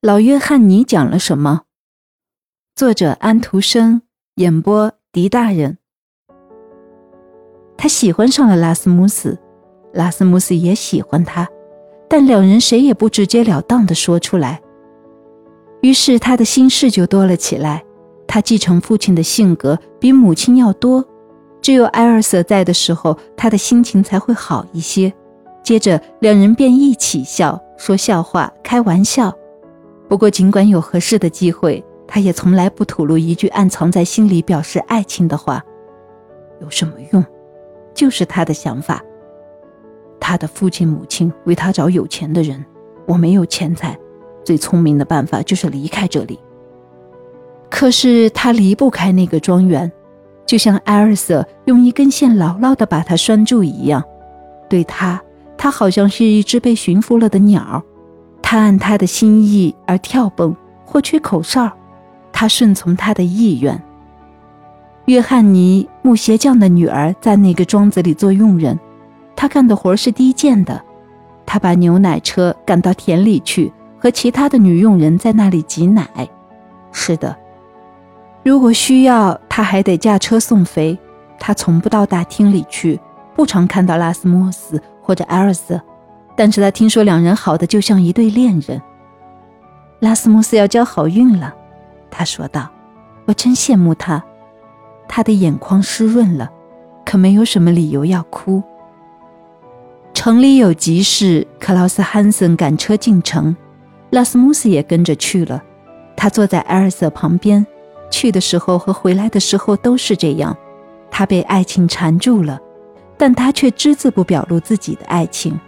老约翰尼讲了什么？作者安徒生，演播狄大人。他喜欢上了拉斯穆斯，拉斯穆斯也喜欢他，但两人谁也不直截了当地说出来。于是他的心事就多了起来，他继承父亲的性格比母亲要多，只有埃尔瑟在的时候，他的心情才会好一些。接着两人便一起笑，说笑话，开玩笑。不过尽管有合适的机会，他也从来不吐露一句暗藏在心里表示爱情的话。有什么用？就是他的想法。他的父亲母亲为他找有钱的人，我没有钱财，最聪明的办法就是离开这里。可是他离不开那个庄园，就像埃尔瑟用一根线牢牢地把他拴住一样。对他好像是一只被驯服了的鸟，他按他的心意而跳蹦或吹口哨，他顺从他的意愿。约翰尼木鞋匠的女儿在那个庄子里做佣人，她干的活是低贱的，她把牛奶车赶到田里去，和其他的女佣人在那里挤奶。是的，如果需要，她还得驾车送肥。她从不到大厅里去，不常看到拉斯莫斯或者埃尔瑟，但是他听说两人好的就像一对恋人。拉斯穆斯要交好运了，他说道，我真羡慕他。他的眼眶湿润了，可没有什么理由要哭。城里有急事，克劳斯·汉森赶车进城，拉斯穆斯也跟着去了。他坐在埃尔瑟旁边，去的时候和回来的时候都是这样。他被爱情缠住了，但他却只字不表露自己的爱情。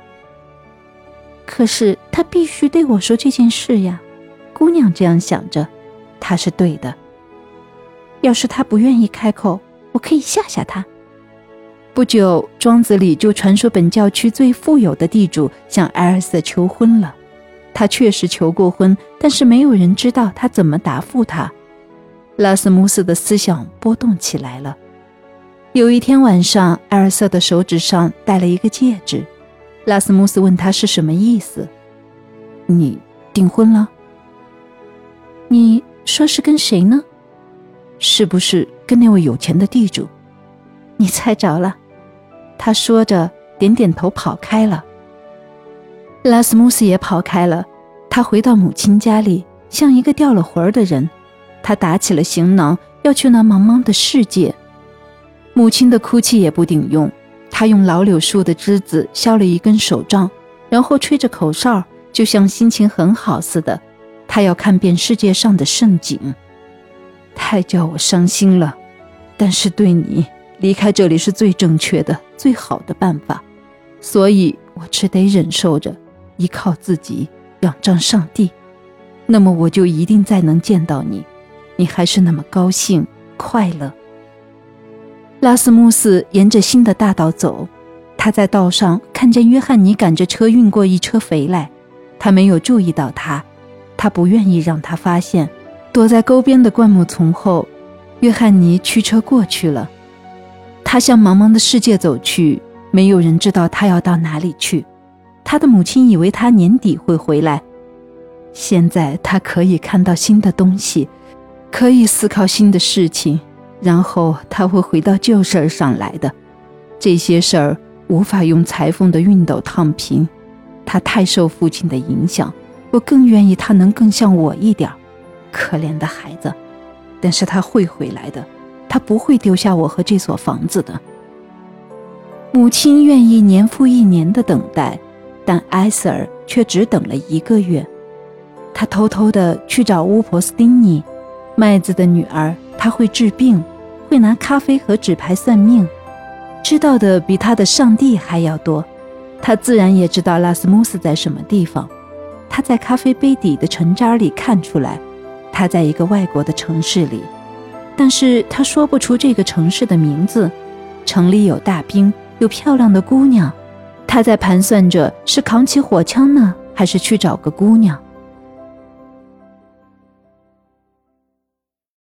可是他必须对我说这件事呀，姑娘这样想着，他是对的。要是他不愿意开口，我可以吓吓他。不久，庄子里就传说本教区最富有的地主向埃尔瑟求婚了。他确实求过婚，但是没有人知道他怎么答复他。拉斯穆斯的思想波动起来了。有一天晚上，埃尔瑟的手指上戴了一个戒指。拉斯穆斯问他是什么意思。你订婚了？你说是跟谁呢？是不是跟那位有钱的地主？你猜着了。他说着点点头跑开了。拉斯穆斯也跑开了，他回到母亲家里，像一个掉了魂的人。他打起了行囊，要去那茫茫的世界。母亲的哭泣也不顶用，他用老柳树的枝子削了一根手杖，然后吹着口哨，就像心情很好似的。他要看遍世界上的盛景。太叫我伤心了，但是对你，离开这里是最正确的、最好的办法，所以我只得忍受着，依靠自己，仰仗上帝。那么我就一定再能见到你，你还是那么高兴、快乐。拉斯穆斯沿着新的大道走，他在道上看见约翰尼赶着车运过一车肥来，他没有注意到他，他不愿意让他发现。躲在沟边的灌木丛后，约翰尼驱车过去了。他向茫茫的世界走去，没有人知道他要到哪里去。他的母亲以为他年底会回来。现在他可以看到新的东西，可以思考新的事情，然后他会回到旧事儿上来的。这些事儿无法用裁缝的熨斗烫平。他太受父亲的影响，我更愿意他能更像我一点。可怜的孩子，但是他会回来的，他不会丢下我和这所房子的。母亲愿意年复一年的等待，但埃瑟尔却只等了1个月。他偷偷地去找巫婆斯丁尼，麦子的女儿，她会治病，会拿咖啡和纸牌算命，知道的比他的上帝还要多。他自然也知道拉斯穆斯在什么地方，他在咖啡杯底的尘渣里看出来，他在一个外国的城市里，但是他说不出这个城市的名字。城里有大兵，有漂亮的姑娘，他在盘算着是扛起火枪呢，还是去找个姑娘。